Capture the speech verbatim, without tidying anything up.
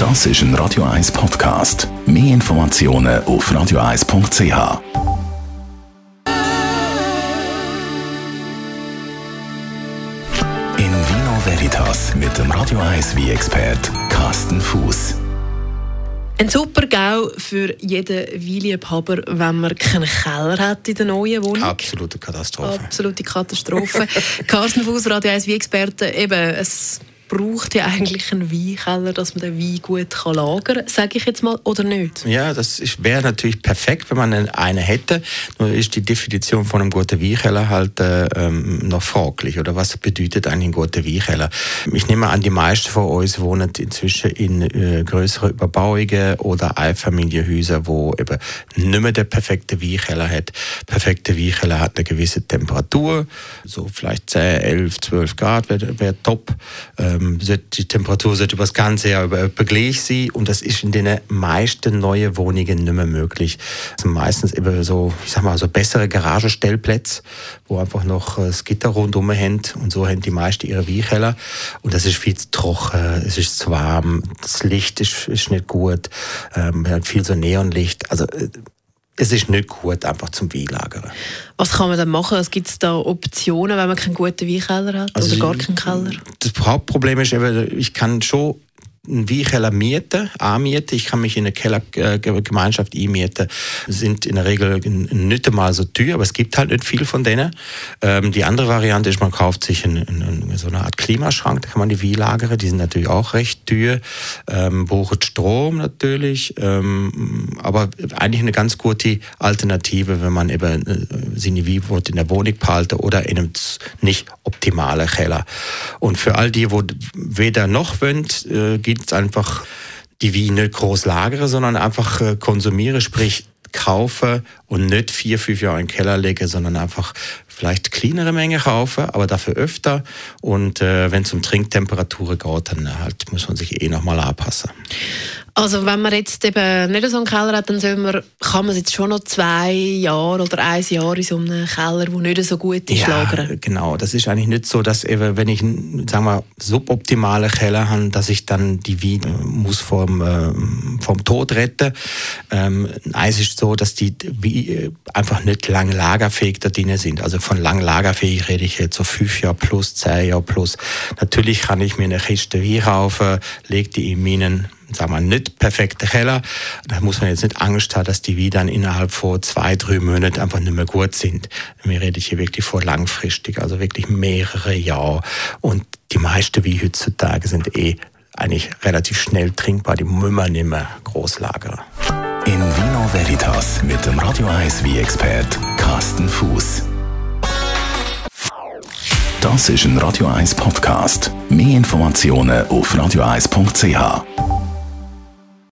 Das ist ein Radio eins Podcast. Mehr Informationen auf radio eins punkt c h. In Vino Veritas mit dem Radio eins Wein-Expert Carsten Fuß. Ein super Gau für jeden Weinliebhaber, wenn man keinen Keller hat in der neuen Wohnung. Absolute Katastrophe. Absolute Katastrophe. Carsten Fuß, Radio eins Wein-Experte. Eben, es braucht ja eigentlich einen Weinkeller, dass man den Wein gut lagern kann, sage ich jetzt mal, oder nicht? Ja, das wäre natürlich perfekt, wenn man einen hätte. Nur ist die Definition von einem guten Weinkeller halt äh, noch fraglich. Oder was bedeutet eigentlich ein guter Weinkeller? Ich nehme an, die meisten von uns wohnen inzwischen in äh, größeren Überbauungen oder Einfamilienhäusern, wo eben nicht mehr der perfekte Weinkeller hat. Der perfekte Weinkeller hat eine gewisse Temperatur, so vielleicht zehn, elf, zwölf Grad wäre wär top. Ähm, Die Temperatur sollte über das ganze Jahr über gleich sein und das ist in den meisten neuen Wohnungen nicht mehr möglich. Das sind meistens eben so, ich sag mal, so bessere Garagenstellplätze, wo einfach noch das Gitter rundherum haben und so haben die meisten ihre Weinkeller und das ist viel zu trocken, es ist zu warm, das Licht ist, ist nicht gut, ähm, man hat viel so Neonlicht, also es ist nicht gut, einfach zum Weinlagern. Was kann man dann machen? Was gibt es da Optionen, wenn man keinen guten Weinkeller hat also oder gar keinen Keller? Das Hauptproblem ist eben, ich kann schon einen Weinkeller mieten, anmieten. Ich kann mich in eine Kellergemeinschaft einmieten. Sind in der Regel nicht einmal so teuer, aber es gibt halt nicht viel von denen. Ähm, die andere Variante ist, man kauft sich einen, einen, so eine Art Klimaschrank, da kann man die Wein lagern. Die sind natürlich auch recht teuer. Ähm, braucht Strom natürlich. Ähm, aber eigentlich eine ganz gute Alternative, wenn man eben seine Wein in der Wohnung behalten oder in einem nicht optimalen Keller. Und für all die, die weder noch wollen, äh, gibt es einfach die Weine nicht groß lagern, sondern einfach äh, konsumieren, sprich kaufen und nicht vier, fünf Jahre in den Keller legen, sondern einfach vielleicht kleinere Mengen kaufen, aber dafür öfter. Und äh, wenn es um Trinktemperaturen geht, dann halt muss man sich eh nochmal anpassen. Also wenn man jetzt eben nicht so einen Keller hat, dann soll man, kann man jetzt schon noch zwei Jahre oder ein Jahr in so einem Keller, der nicht so gut ist, ja, lagern. Genau. Das ist eigentlich nicht so, dass eben, wenn ich einen, sagen wir, suboptimalen Keller habe, dass ich dann die Weine muss vom, äh, vom Tod retten. Ähm, eins ist so, dass die Weine einfach nicht lang lagerfähig da drin sind. Also von lang lagerfähig rede ich jetzt so fünf Jahre plus, zehn Jahre plus. Natürlich kann ich mir eine Kiste Wein kaufen, lege die in meinen, sagen wir, nicht perfekten Keller. Da muss man jetzt nicht Angst haben, dass die Weine dann innerhalb von zwei, drei Monaten einfach nicht mehr gut sind. Wir reden hier wirklich von langfristig, also wirklich mehrere Jahre. Und die meisten Weine heutzutage sind eh eigentlich relativ schnell trinkbar. Die müssen wir nicht mehr groß lagern. In Vino Veritas mit dem Radio eins Wein-Expert Carsten Fuß. Das ist ein Radio eins Podcast. Mehr Informationen auf radio eins punkt c h.